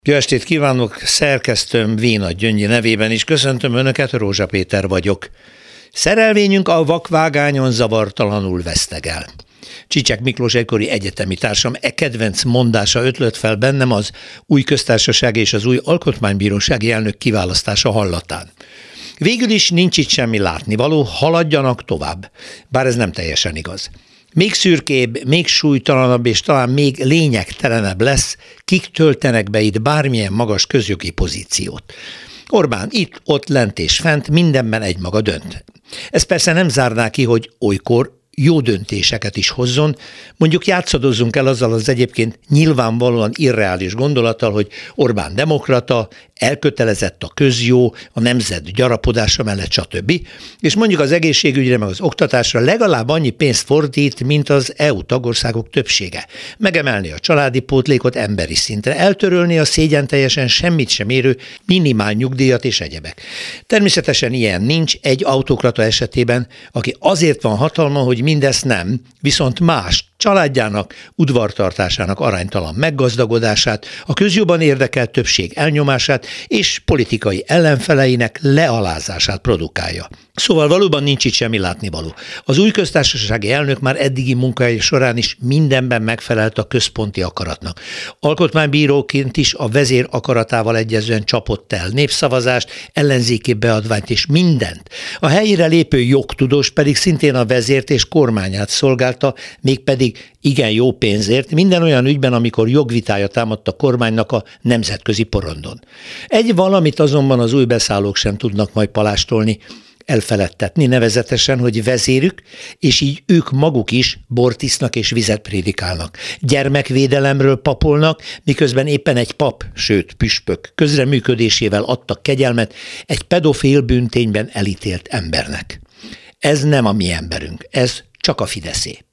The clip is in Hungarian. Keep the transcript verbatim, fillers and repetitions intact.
Jó estét kívánok, szerkesztőm Vénagy Gyöngyi nevében is köszöntöm Önöket, Rózsa Péter vagyok. Szerelvényünk a vakvágányon zavartalanul vesztegel. Csicsek Miklós egykori egyetemi társam e kedvenc mondása ötlött fel bennem az új köztársaság és az új alkotmánybírósági elnök kiválasztása hallatán. Végül is nincs itt semmi látnivaló, haladjanak tovább, bár ez nem teljesen igaz. Még szürkébb, még súlytalanabb és talán még lényegtelenebb lesz, kik töltenek be itt bármilyen magas közjogi pozíciót. Orbán itt, ott, lent és fent mindenben egymaga dönt. Ez persze nem zárná ki, hogy olykor jó döntéseket is hozzon, mondjuk játszadozzunk el azzal az egyébként nyilvánvalóan irreális gondolattal, hogy Orbán demokrata, elkötelezett a közjó, a nemzet gyarapodása mellett, stb. És mondjuk az egészségügyre meg az oktatásra legalább annyi pénzt fordít, mint az é u tagországok többsége. Megemelni a családi pótlékot emberi szintre, eltörölni a szégyenteljesen semmit sem érő minimál nyugdíjat és egyebek. Természetesen ilyen nincs egy autokrata esetében, aki azért van hatalma, hogy mindezt nem, viszont más, családjának, udvartartásának aránytalan meggazdagodását, a közjobban érdekelt többség elnyomását és politikai ellenfeleinek lealázását produkálja. Szóval valóban nincs itt semmi látnivaló. Az új köztársasági elnök már eddigi munkája során is mindenben megfelelt a központi akaratnak. Alkotmánybíróként is a vezér akaratával egyezően csapott el népszavazást, ellenzéki beadványt és mindent. A helyére lépő jogtudós pedig szintén a vezért és kormányát szolgálta, mégpedig igen jó pénzért, minden olyan ügyben, amikor jogvitája támadt a kormánynak a nemzetközi porondon. Egy valamit azonban az új beszállók sem tudnak majd palástolni, elfeledtetni, nevezetesen, hogy vezérük, és így ők maguk is bort isznak és vizet prédikálnak. Gyermekvédelemről papolnak, miközben éppen egy pap, sőt püspök közreműködésével adtak kegyelmet egy pedofil bűntényben elítélt embernek. Ez nem a mi emberünk, ez csak a Fideszé.